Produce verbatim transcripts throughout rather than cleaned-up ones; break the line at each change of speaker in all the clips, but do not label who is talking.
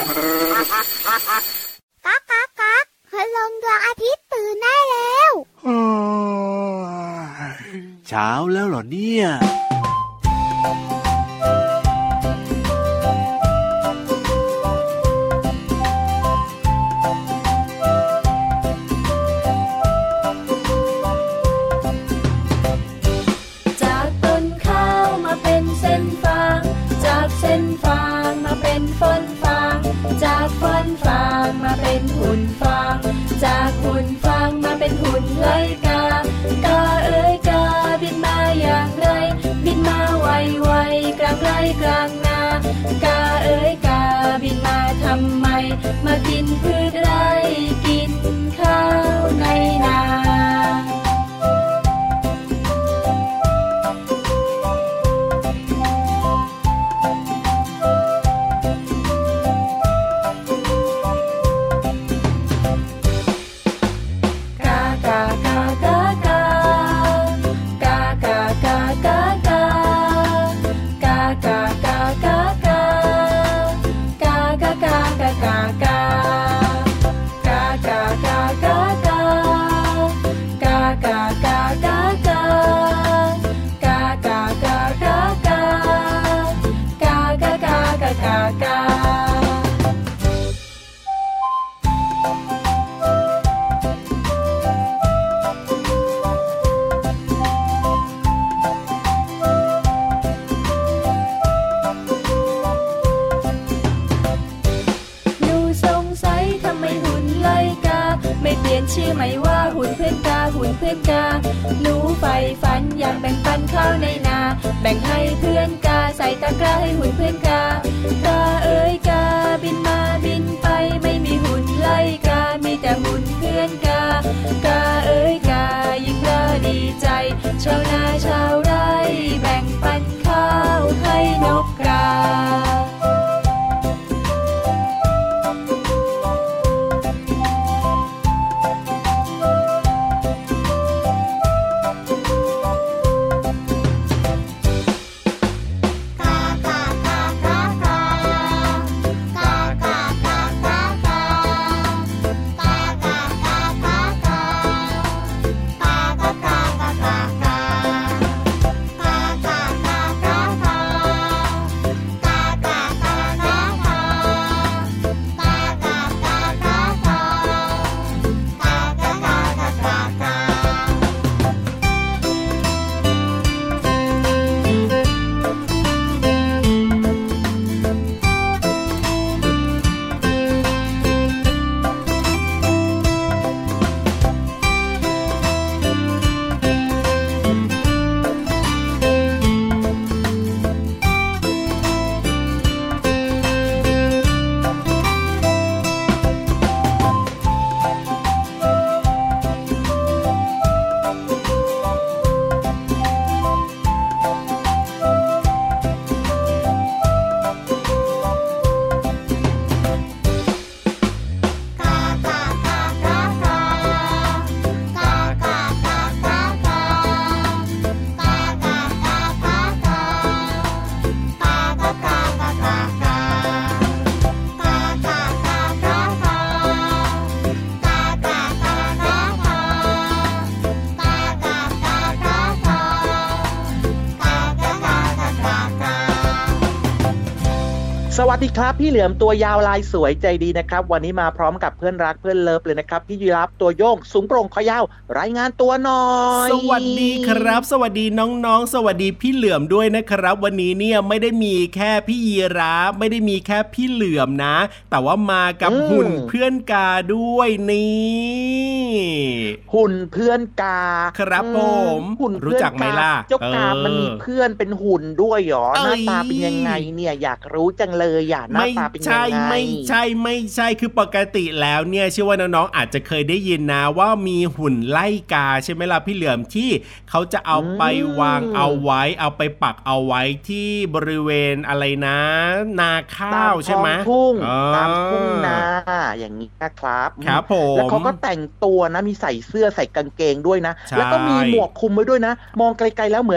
ก๊ากก๊ากก๊ากพลังดวงอาทิตย์ตื่นได้แล้ว
เช้าแล้วเหรอเนี่ย
จากต้นข้าวมาเป็นเส้นฟางจากเส้นฟางมาเป็นฝันฟางจากฝันฟางมาเป็นหุ่นฟางจากหุ่นฟางมาเป็นหุ่นไลกากาเอ้ยกาบินมาอย่างไรบินมาไวไวกลางไร่กลางนากาเอ้ยกาบินมาทำไมมากินพืชไร่กินข้าวในนาชื่อไหมว่าหุ่นเพื่อนกาหุ่นเพื่อนกาหนูใฝ่ฝันอยากแบ่งปันข้าวในนาแบ่งให้เพื่อนกาใส่ตะกร้าให้หุ่นเพื่อนกากาเอ้ยกาบินมาบินไปไม่มีหุ่นไล่กามีแต่หุ่นเพื่อนกากาเอ้ยกายิ่งน่าดีใจชาวนาชาวไร่แบ่งปันข้าวให้นกกา
สวัสดีครับพี่เหลือมตัวยาวลายสวยใจดีนะครับวันนี้มาพร้อมกับเพื่อนรักเพื่อนเลิฟเลยนะครับพี่ยีราฟตัวโยงสูงโปร่งคอยาวรายงานตัวหน่อย
สวัสดีครับสวัสดีน้องๆสวัสดีพี่เหลือมด้วยนะครับวันนี้เนี่ยไม่ได้มีแค่พี่ยีราฟไม่ได้มีแค่พี่เหลือมนะแต่ว่ามากับหุ่นเพื่อนกาด้วยนี่
หุ่นเพื่อนกา
ครับผมหุ่นรู้จักไหมล่ะ
เจ้ากามันมีเพื่อนเป็นหุ่นด้วยหรอหน้าตาเป็นยังไงเนี่ยอยากรู้จังเลยอย่าหน้าตาเป็นยังไง
ไม่ใช่ไม่ใช่คือปกติแล้วเนี่ยเชื่อว่าน้องๆอาจจะเคยได้ยินนะว่ามีหุ่นไล่กาใช่ไหมล่ะพี่เหลือมที่เขาจะเอาไปวางเอาไว้เอาไปปักเอาไว้ที่บริเวณอะไรนะนาข้าวใช่ไหม
ตามทุ่งนาอย่างนี้นะครับ
ครับผม
แล้วเขาก็แต่งตัวนะมีใส่เสื้อใส่กางเกงด้วยนะแล้วก็มีหมวกคลุมไว้ด้วยนะมองไกลๆแล้วเหมือน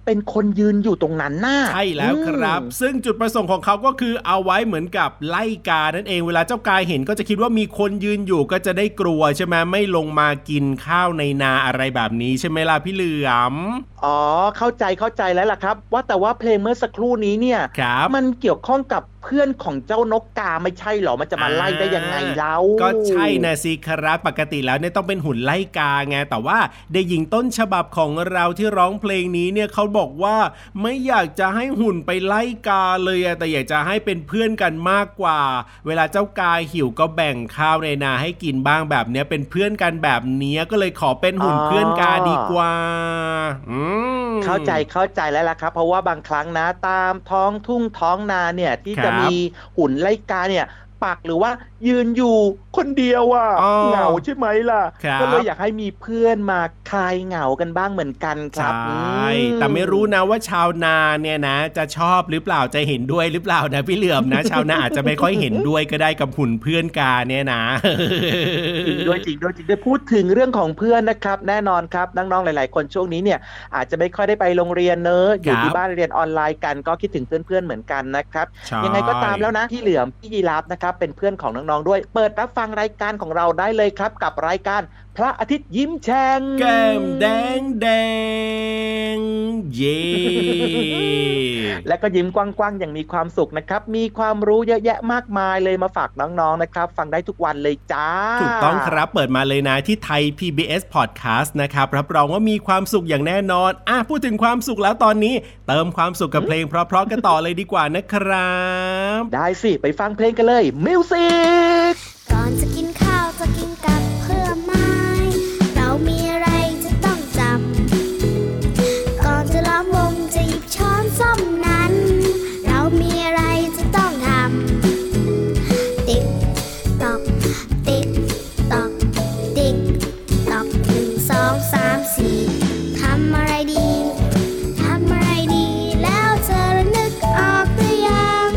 เป็นคนยืนอยู่ตรงนั้นน่ะ
ใช่แล้วครับซึ่งจุดประสงค์ของเขาก็คือเอาไว้เหมือนกับไล่กานั่นเองเวลาเจ้ากาเห็นก็จะคิดว่ามีคนยืนอยู่ก็จะได้กลัวใช่ไหมไม่ลงมากินข้าวในนาอะไรแบบนี้ใช่ไหมล่ะพี่เหลือม
อ๋อเข้าใจเข้าใจแล้วล่ะครับว่าแต่ว่าเพลงเมื่อสักครู่นี้เนี่ยมันเกี่ยวข้องกับเพื่อนของเจ้านกกาไม่ใช่หรอมันจะมาไล่ได้ยังไงเล่า
ก็ใช่นะสิครับปกติแล้วเนี่ยต้องเป็นหุ่นไล่กาไงแต่ว่าเด็กหญิงต้นฉบับของเราที่ร้องเพลงนี้เนี่ยเขาบอกว่าไม่อยากจะให้หุ่นไปไล่กาเลยแต่อยากจะให้เป็นเพื่อนกันมากกว่าเวลาเจ้ากาหิวก็แบ่งข้าวในนาให้กินบ้างแบบเนี้ยเป็นเพื่อนกันแบบนี้ก็เลยขอเป็นหุ่นเพื่อนกาดีกว่าอืม
เข้าใจเข้าใจแล้วล่ะครับเพราะว่าบางครั้งนะตามท้องทุ่งท้องนาเนี่ยที่จะมีหุ่นไล่กาเนี่ยปักหรือว่ายืนอยู่คนเดียวอ่ะเหงาใช่ไหมล่ะก็เลยอยากให้มีเพื่อนมาคลายเหงากันบ้างเหมือนกันครับ
ใช่แต่ไม่รู้นะว่าชาวนาเนี่ยนะจะชอบหรือเปล่าจะเห็นด้วยหรือเปล่านะพี่เหลือมนะชาวนาอาจจะไม่ค่อยเห็นด้วยก็ได้กับหุ่นเพื่อนกาเนี่ยนะ
จริงด้วยจริงด้วยจริงด้วยพูดถึงเรื่องของเพื่อนนะครับแน่นอนครับน้องๆหลายๆคนช่วงนี้เนี่ยอาจจะไม่ค่อยได้ไปโรงเรียนเนอะอยู่ที่บ้านเรียนออนไลน์กันก็คิดถึงเพื่อนๆเหมือนกันนะครับยังไงก็ตามแล้วนะพี่เหลือมพี่ยีราฟนะครับเป็นเพื่อนของน้องๆด้วยเปิดรับฟังรายการของเราได้เลยครับกับรายการพระอาทิตย์ยิ้มแฉ่ง
แก้มแดงแดงเย่
และก็ยิ้มกว้างๆอย่างมีความสุขนะครับมีความรู้เยอะแยะมากมายเลยมาฝากน้องๆนะครับฟังได้ทุกวันเลยจ้า
ถูกต้องครับเปิดมาเลยนะที่ไทย พี บี เอส Podcast นะครับรับรองว่ามีความสุขอย่างแน่นอนอ่ะพูดถึงความสุขแล้วตอนนี้เติมความสุขกับเพลงเพราะๆกันต่อเลยดีกว่านะครับ
ได้สิไปฟังเพลงกันเลยมิวสิก
ก่อนจะกินข้าวจะกินกับเพื่อไม้เรามีอะไรจะต้องจำก่อนจะล้อมวงจะหยิบช้อนส้อมนั้นเรามีอะไรจะต้องทำติ๊กตอกติ๊กตอกติ๊กตอกหนึ่งสองสามสี่ทำอะไรดีทำอะไรดีแล้วเธอนึกออกหรือยัง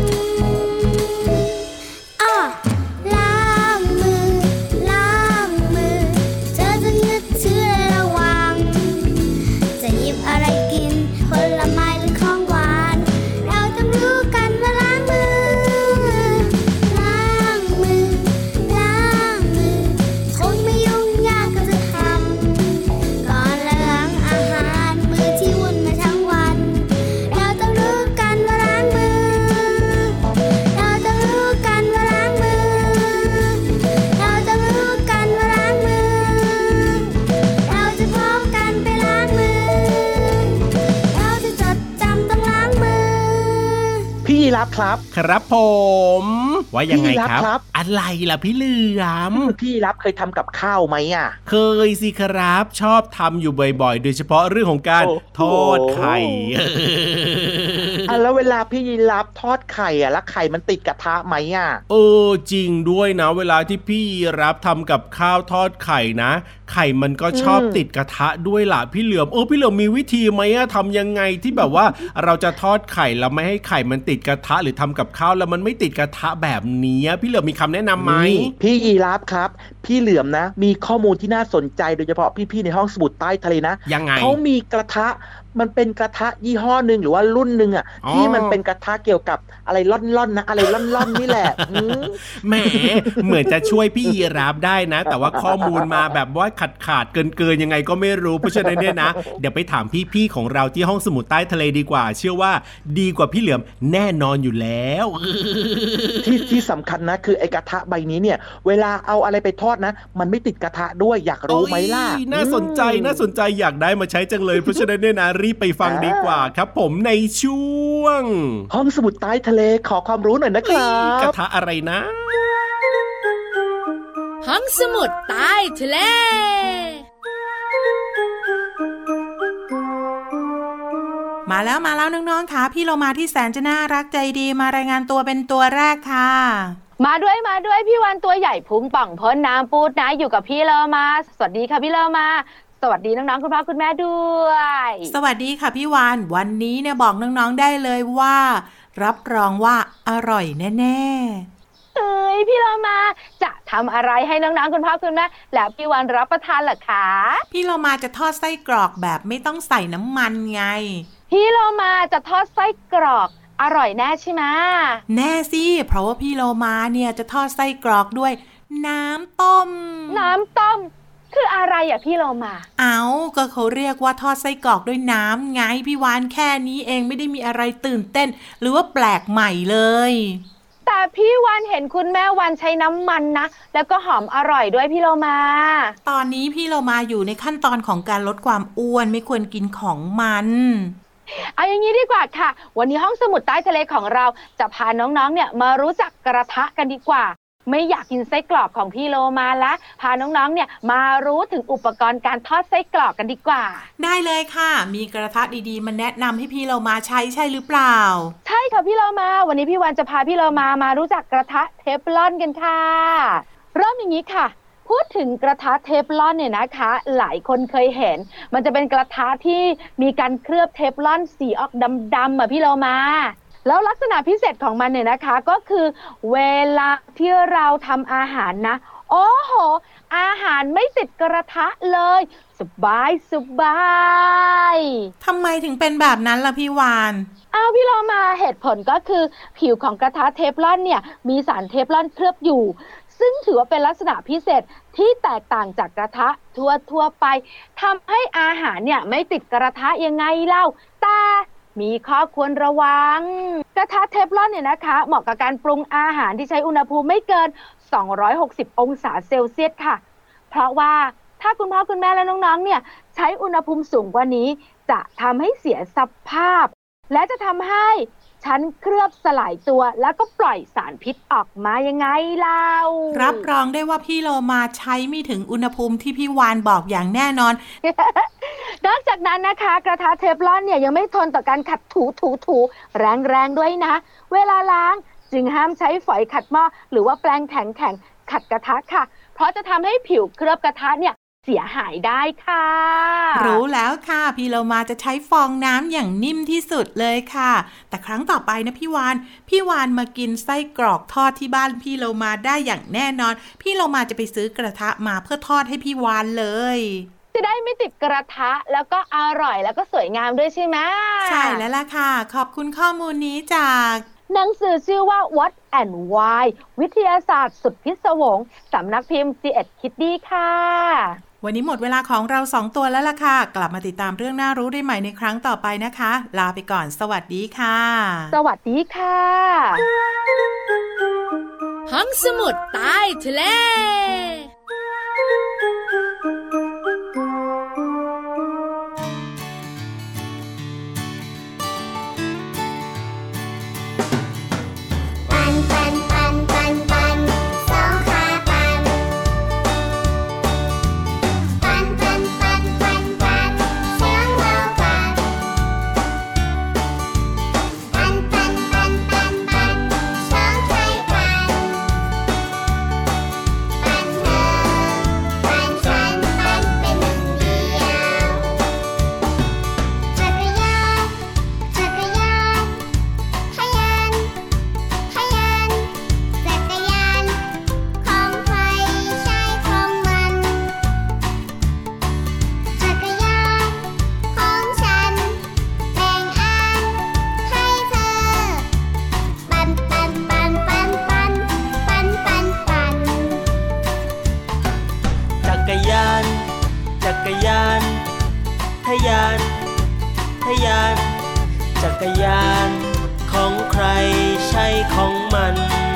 อ้อล้างมือล้างมือเธอจะนึกถึงระวังจะหยิบอะไรกินผลไม้หรือของหวานเราต้องรู้กันว่าล้างมือล้างมือล้างมือคงไม่ยุ่งยากก็จะทำก่อนล้างอาหารมือที่วุ่นมาทั้งวันเราต้องรู้กันว่าล้างมือเราต้องรู้กันว่าล้างมือเราต้องรู้กันว่าล้างมือเราจะพร้อมกันไปล้างมือเราจะจดจำต้องล้างมือ
พี่ยีราฟครับ
ครับผมว่ายังไงค
ค
รั
รับ
อะไรล่ะพี่เหลือม
พี่ยีราฟเคยทำกับข้าวไหมอ่ะ
เคยสิครับชอบทำอยู่บ่อยๆโดยเฉพาะเรื่องของการทอดไข่
อ่ะแล้วเวลาพี่ยีราฟทอดไข่อ่ะแล้วไข่มันติดกระทะไหมอ่ะ
เออจริงด้วยนะเวลาที่พี่ยีราฟทำกับข้าวทอดไข่นะไข่มันก็ชอบติดกระทะด้วยล่ะพี่เหลือมเออพี่เหลือมมีวิธีไหมอะทำยังไงที่แบบว่าเราจะทอดไข่แล้วไม่ให้ไข่มันติดกระทะหรือทำกับข้าวแล้วมันไม่ติดกระทะแบบนี้พี่เหลือมมีคำแนะนำไหม
พี่ยีราฟครับพี่เหลือมนะมีข้อมูลที่น่าสนใจโดยเฉพาะพี่ๆในห้องสมุดใต้ทะเลนะ
ยังไง
เขามีกระทะมันเป็นกระทะยี่ห้อนึงหรือว่ารุ่นนึงอ่ะที่มันเป็นกระทะเกี่ยวกับอะไรล่อนๆนะอะไรล่อนๆนี่แหละ
แหมเหมือนจะช่วยพี่ยีราฟได้นะแต่ว่าข้อมูลมาแบบว่าขาดขาดเกินเกินยังไงก็ไม่รู้เพราะฉะนั้นเนี่ยนะเดี๋ยวไปถามพี่ๆของเราที่ห้องสมุดใต้ทะเลดีกว่าเชื่อว่าดีกว่าพี่เหลือมแน่นอนอยู่แล้ว
ที่ที่สำคัญนะคือไอ้กระทะใบนี้เนี่ยเวลาเอาอะไรไปทอดนะมันไม่ติดกระทะด้วยอยากรู้ไหมล่ะ
น่าสนใจน่าสนใจอยากได้มาใช้จังเลยเพราะฉะนั้นเนี่ยนะรีบไปฟังดีกว่าครับผมในช่วง
ห้องสมุดใต้ทะเลขอความรู้หน่อยนะครับ
กระทะอะไรนะ
ห้องสมุดใต้ทะเล
มาแล้วมาแล้วน้องๆค่ะพี่โลมาที่แสนจะน่ารักใจดีมารายงานตัวเป็นตัวแรกค่ะ
มาด้วยมาด้วยพี่วันตัวใหญ่พุงป่องพ้นน้ำปูดนะอยู่กับพี่โลมาสวัสดีค่ะพี่โลมาสวัสดีน้องๆคุณพ่อคุณแม่ด้วย
สวัสดีค่ะพี่วานวันนี้เนี่ยบอกน้องๆได้เลยว่ารับรองว่าอร่อยแน่ๆ
เอ้ยพี่เรามาจะทำอะไรให้น้องๆคุณพ่อคุณแม่แล้วพี่วานรับประทานเหรอคะ
พี่เรามาจะทอดไส้กรอกแบบไม่ต้องใส่น้ำมันไง
พี่โลมาจะทอดไส้กรอกอร่อยแน่ใช่ไหม
แน่สิเพราะว่าพี่โลมาเนี่ยจะทอดไส้กรอกด้วยน้ำต้ม
น้ำต้มคืออะไรอ่ะพี่โลมา
เอาก็เขาเรียกว่าทอดไส้กรอกด้วยน้ำไงพี่วานแค่นี้เองไม่ได้มีอะไรตื่นเต้นหรือว่าแปลกใหม่เลย
แต่พี่วานเห็นคุณแม่วานใช้น้ำมันนะแล้วก็หอมอร่อยด้วยพี่โลมา
ตอนนี้พี่โลมาอยู่ในขั้นตอนของการลดความอ้วนไม่ควรกินของมัน
เอาอย่างนี้ดีกว่าค่ะวันนี้ห้องสมุดใต้ทะเลของเราจะพาน้องๆเนี่ยมารู้จักกระทะกันดีกว่าไม่อยากกินไส้กรอกของพี่โลมาละพาน้องๆเนี่ยมารู้ถึงอุปกรณ์การทอดไส้กรอกกันดีกว่า
ได้เลยค่ะมีกระทะดีๆมาแนะนำให้พี่โลมาใช้ใช่หรือเปล่า
ใช่ค่ะพี่โลมาวันนี้พี่วันจะพาพี่โลมามารู้จักกระทะเทฟลอนกันค่ะเริ่มอย่างนี้ค่ะพูดถึงกระทะเทฟลอนเนี่ยนะคะหลายคนเคยเห็นมันจะเป็นกระทะที่มีการเคลือบเทฟลอนสีออกดำๆอ่ะพี่โลมาแล้วลักษณะพิเศษของมันเนี่ยนะคะก็คือเวลาที่เราทำอาหารนะโอ้โหอาหารไม่ติดกระทะเลยสบายสบาย
ทำไมถึงเป็นแบบนั้นล่ะพี่วาน
อ้าวพี่โลมาเหตุผลก็คือผิวของกระทะเทฟลอนเนี่ยมีสารเทฟลอนเคลือบอยู่ซึ่งถือว่าเป็นลักษณะพิเศษที่แตกต่างจากกระทะทั่วทั่วไปทำให้อาหารเนี่ยไม่ติดกระทะยังไงเล่าแต่มีข้อควรระวังกระทะเทฟลอนเนี่ยนะคะเหมาะกับการปรุงอาหารที่ใช้อุณหภูมิไม่เกินสองร้อยหกสิบองศาเซลเซียสค่ะเพราะว่าถ้าคุณพ่อคุณแม่และน้องๆเนี่ยใช้อุณหภูมิสูงกว่านี้จะทำให้เสียสภาพและจะทำให้ชั้นเคลือบสลายตัวแล้วก็ปล่อยสารพิษออกมายังไงเล่า
รับรองได้ว่าพี่โลมาใช้ไม่ถึงอุณหภูมิที่พี่วานบอกอย่างแน่นอน
นอกจากนั้นนะคะกระทะเทฟลอนเนี่ยยังไม่ทนต่อการขัดถูถูถูแรงแรงด้วยนะเวลาล้างจึงห้ามใช้ฝอยขัดหม้อหรือว่าแปรงแข็งแข็งขัดกระทะค่ะเพราะจะทำให้ผิวเคลือบกระทะเนี่ยเสียหายได้ค่ะ
รู้แล้วค่ะพี่โลมาจะใช้ฟองน้ำอย่างนิ่มที่สุดเลยค่ะแต่ครั้งต่อไปนะพี่วานพี่วานมากินไส้กรอกทอดที่บ้านพี่โลมาได้อย่างแน่นอนพี่โลมาจะไปซื้อกระทะมาเพื่อทอดให้พี่วานเลย
จะได้ไม่ติดกระทะแล้วก็อร่อยแล้วก็สวยงามด้วยใช่ไหม
ใช่แล้วล่ะค่ะขอบคุณข้อมูลนี้จาก
หนังสือชื่อว่า What and Why วิทยาศาสตร์สุดพิศวงสำนักพิมพ์ จี เอ็ด Kiddie ค่ะ
วันนี้หมดเวลาของเราสองตัวแล้วล่ะค่ะกลับมาติดตามเรื่องน่ารู้ได้ใหม่ในครั้งต่อไปนะคะลาไปก่อนสวัสดีค่ะ
สวัสดีค่ะ
ห้องสมุดใต้ทะเล
จักรยานของใครใช่ของมัน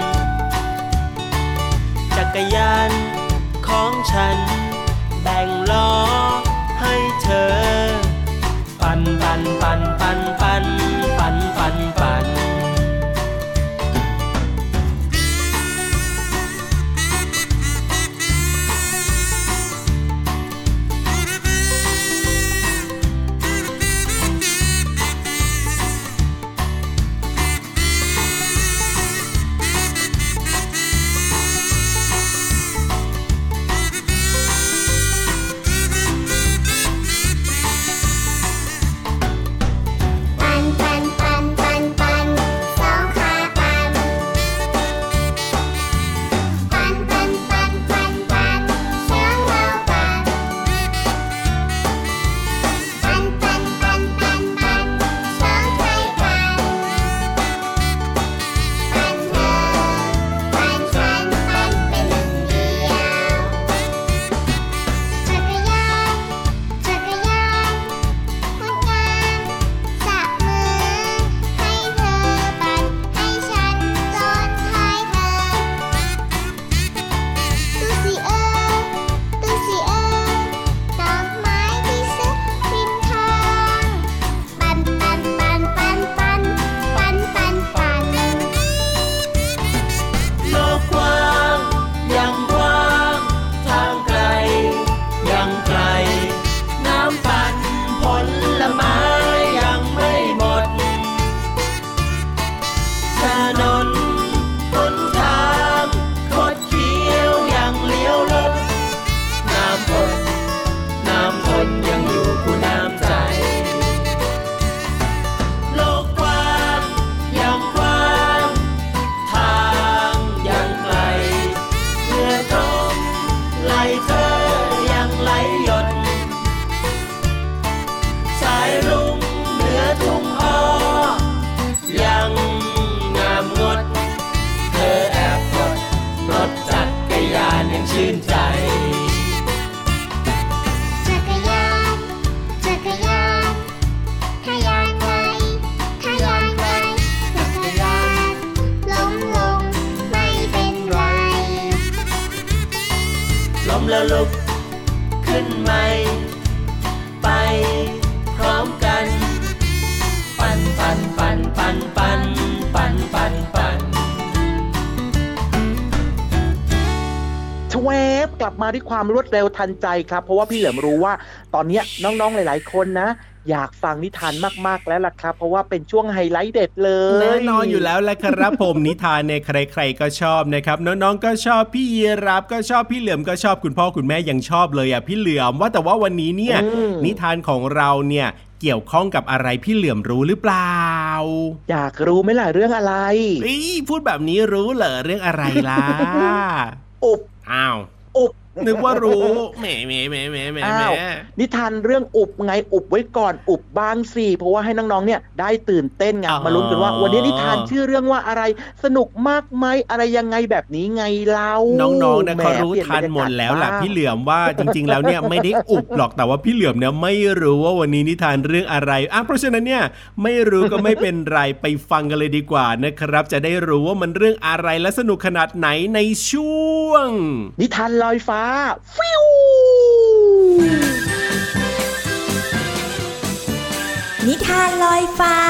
จักรยานของฉันแบ่งล้อให้เธอปั่นปั่นปั่นปั่นปั่นปั่นปั่นปั่นชื่นใจ
จักรยานจักรยานทะยานไกลทะยานไกลจักรยานล้มลงไม่เป็นไร
ล้มแล้วลุกขึ้นใหม่ไปพร้อมกันปั่นปั่นปั่นปั่นปั่นปั่นปั่นปั่น
ชเวฟกลับมาด้วยความรวดเร็วทันใจครับเพราะว่าพี่เหลิมรู้ว่าตอนนี้น้องๆหลายๆคนนะอยากฟังนิทานมากๆแล้วล่ะครับเพราะว่าเป็นช่วงไฮไลท์เด็ดเลย
แน่นอนอยู่แล้วแหละครับผมนิทานเนี่ยใครๆก็ชอบนะครับน้องๆก็ชอบพี่ยีรับก็ชอบพี่เหลือมก็ชอบคุณพ่อคุณแม่ยังชอบเลยอ่ะพี่เหลือมว่าแต่ว่าวันนี้เนี่ยนิทานของเราเนี่ยเกี่ยวข้องกับอะไรพี่เหลือมรู้หรือเปล่า
อยากรู้ไหมล่ะเรื่องอะไร
พูดแบบนี้รู้เหรอเรื่องอะไรล่ะ
อุบ
อ้าว
อุบ
นึกว่ารู้แหมแหมแหมแหมแหม
นิทานเรื่องอุบไงอุบไว้ก่อนอุบบ้างสิเพราะว่าให้น้องๆเนี่ยได้ตื่นเต้นไงมาลุ้นกันว่าวันนี้นิทานชื่อเรื่องว่าอะไรสนุกมากไหมอะไรยังไงแบบนี้ไงเล่า
น้องๆนะเขารู้ทันหมดแล้วล่ะพี่เหลือมว่าจริงๆแล้วเนี่ยไม่ได้อุบหรอกแต่ว่าพี่เหลือมเนี่ยไม่รู้ว่าวันนี้นิทานเรื่องอะไรอ่ะเพราะฉะนั้นเนี่ยไม่รู้ก็ไม่เป็นไรไปฟังกันเลยดีกว่านะครับจะได้รู้ว่ามันเรื่องอะไรและสนุกขนาดไหนในช่วง
นิทานลอยฟ้าฟิว
นิทานลอยฟ้า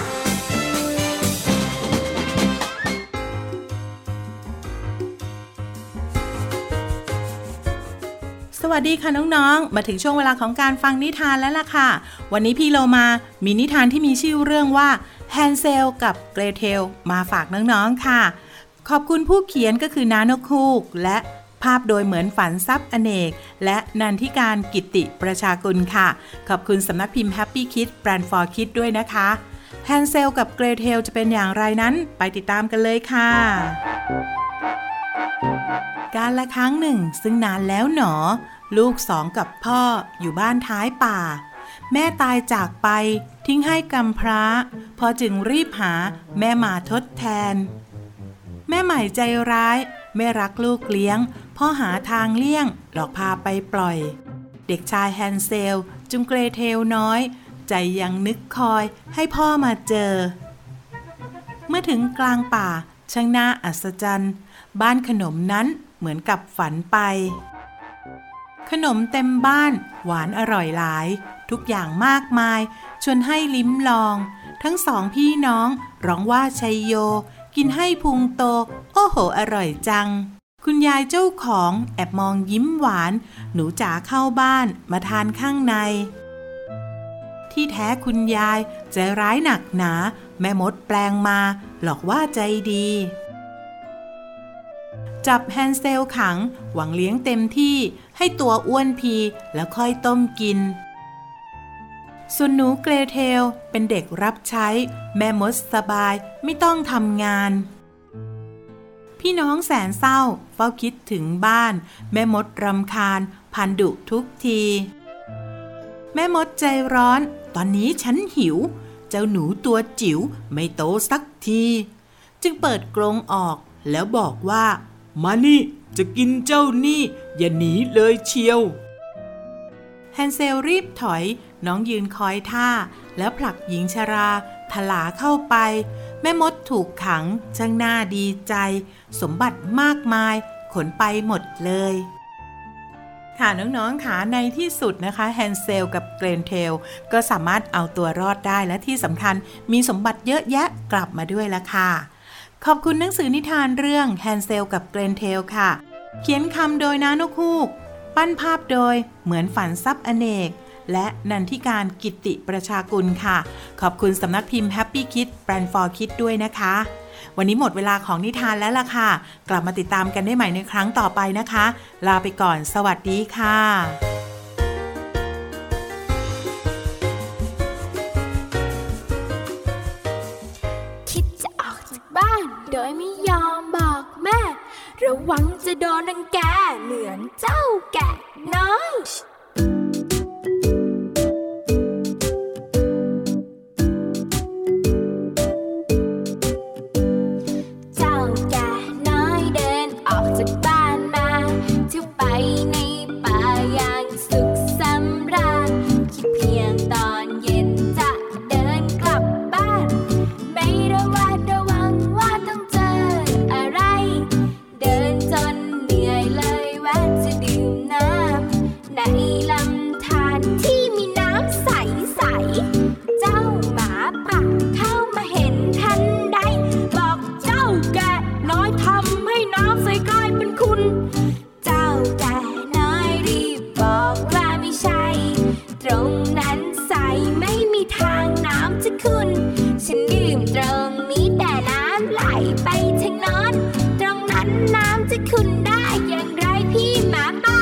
สวัสดีค่ะน้องๆมาถึงช่วงเวลาของการฟังนิทานแล้วล่ะค่ะวันนี้พี่โลมามีนิทานที่มีชื่อเรื่องว่าแฮนเซลกับเกรเทลมาฝากน้องๆค่ะขอบคุณผู้เขียนก็คือน้านกฮูกและภาพโดยเหมือนฝันทรัพย์อเนกและนันทิการกิตติประชากุลค่ะขอบคุณสำนักพิมพ์ Happy Kids Brand for Kids ด้วยนะคะแฮนเซลกับเกรเทลจะเป็นอย่างไรนั้นไปติดตามกันเลยค่ะกาลละครั้งหนึ่งซึ่งนานแล้วหนอลูกสองกับพ่ออยู่บ้านท้ายป่าแม่ตายจากไปทิ้งให้กำพร้าพอจึงรีบหาแม่มาทดแทนแม่ใหม่ใจร้ายไม่รักลูกเลี้ยงพ่อหาทางเลี่ยงหลอกพาไปปล่อยเด็กชายแฮนเซลจุงเกรเทลน้อยใจยังนึกคอยให้พ่อมาเจอเมื่อถึงกลางป่าช่างน่าอัศจรรย์บ้านขนมนั้นเหมือนกับฝันไปขนมเต็มบ้านหวานอร่อยหลายทุกอย่างมากมายชวนให้ลิ้มลองทั้งสองพี่น้องร้องว่าชัยโยกินให้พุงโตโอ้โหอร่อยจังคุณยายเจ้าของแอบมองยิ้มหวานหนูจ๋าเข้าบ้านมาทานข้างในที่แท้คุณยายใจร้ายหนักหนาแม่มดแปลงมาหลอกว่าใจดีจับแฮนเซลขังหวังเลี้ยงเต็มที่ให้ตัวอ้วนพีแล้วค่อยต้มกินส่วนหนูเกรเทลเป็นเด็กรับใช้แม่มดสบายไม่ต้องทำงานพี่น้องแสนเศร้าเฝ้าคิดถึงบ้านแม่มดรำคาญพันดุทุกทีแม่มดใจร้อนตอนนี้ฉันหิวเจ้าหนูตัวจิ๋วไม่โตสักทีจึงเปิดกรงออกแล้วบอกว่ามานี่จะกินเจ้านี่อย่าหนีเลยเชียวแฮนเซลรีบถอยน้องยืนคอยท่าแล้วผลักหญิงชราถลาเข้าไปแม่มดถูกขังช่างน่าดีใจสมบัติมากมายขนไปหมดเลยค่ะน้องๆค่ะในที่สุดนะคะแฮนเซลกับเกรเทลก็สามารถเอาตัวรอดได้และที่สำคัญมีสมบัติเยอะแยะกลับมาด้วยละค่ะขอบคุณหนังสือนิทานเรื่องแฮนเซลกับเกรเทลค่ะเขียนคำโดยน้านกฮูกปั้นภาพโดยเหมือนฝันทรัพย์อเนกและนันทิการกิตติประชากุลค่ะขอบคุณสำนักพิมพ์ Happy Kids Brand for Kids ด้วยนะคะวันนี้หมดเวลาของนิทานแล้วล่ะค่ะกลับมาติดตามกันได้ใหม่ในครั้งต่อไปนะคะลาไปก่อนสวัสดีค่ะ
คิดจะออกจากบ้านโดยไม่ยอมบอกแม่ระวังจะโดนรังแกเหมือนเจ้าแกะน้อยเจ้าแกะน้อยเดินออกจากบ้านมาที่จะคุณได้อย่างไรพี่หมาป่า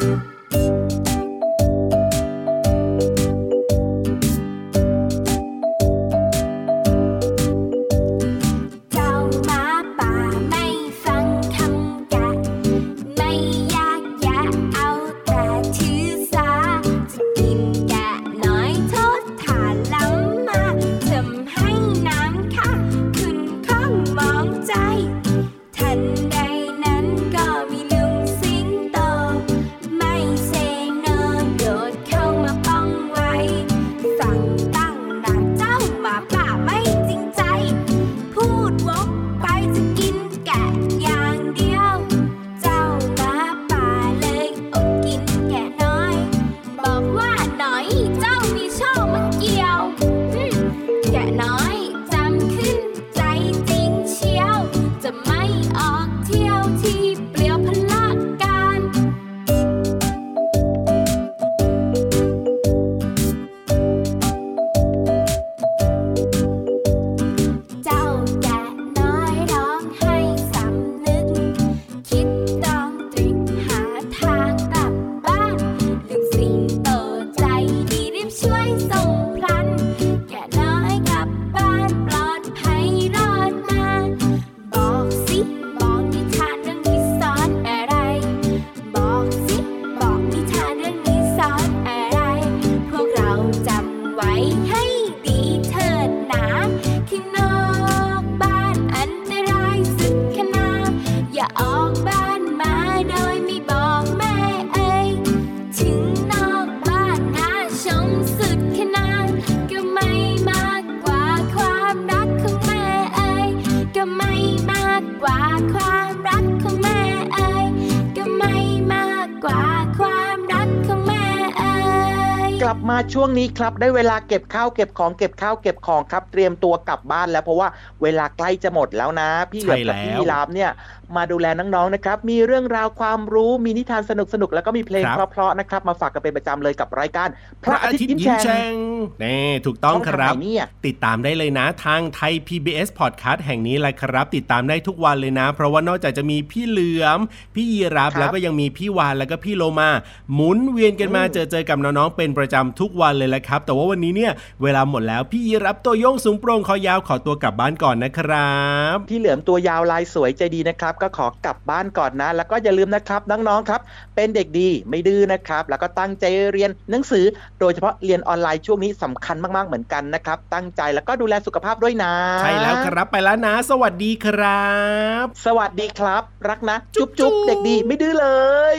มาช่วงนี้ครับได้เวลาเก็บข้าวเก็บของเก็บข้าวเก็บของครับเตรียมตัวกลับบ้านแล้วเพราะว่าเวลาใกล้จะหมดแล้วนะพี่เหลือกับพี่ยีราฟเนี่ยมาดูแลน้องๆนะครับมีเรื่องราวความรู้มีนิทานสนุกๆแล้วก็มีเพลงเพราะๆนะครับมาฝากกันเป็นประจำเลยกับรายการพระอาทิตย์ยิ้มแฉ่ง
นี่ถูกต้องครับติดตามได้เลยนะทางไทย พี บี เอส Podcast แห่งนี้แหละครับติดตามได้ทุกวันเลยนะเพราะว่านอกจากจะมีพี่เหลือมพี่ยีราฟแล้วก็ยังมีพี่วานแล้วก็พี่โลมาหมุนเวียนกันมาเจอเจอกับน้องๆเป็นประจำทุกวันเลยแหละครับแต่ว่าวันนี้เนี่ยเวลาหมดแล้วพี่ยีราฟตัวโยงสูงโปร่งคอยาวขอตัวกลับบ้านก่อนนะครับ
พี่เหลือมตัวยาวลายสวยใจดีนะครับก็ขอกลับบ้านก่อนนะแล้วก็อย่าลืมนะครับน้องๆครับเป็นเด็กดีไม่ดื้อนะครับแล้วก็ตั้งใจเรียนหนังสือโดยเฉพาะเรียนออนไลน์ช่วงนี้สำคัญมากๆเหมือนกันนะครับตั้งใจแล้วก็ดูแลสุขภาพด้วยนะ
ใช่แล้วครับไปแล้วนะสวัสดีครับ
สวัสดีครับรักนะจุ๊บๆเด็กดีไม่ดื้อเลย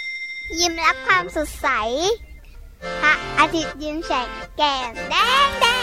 ยิ้มรับความสดใสพระอาทิตย์ยิ้มแฉกแก้มแดงแดง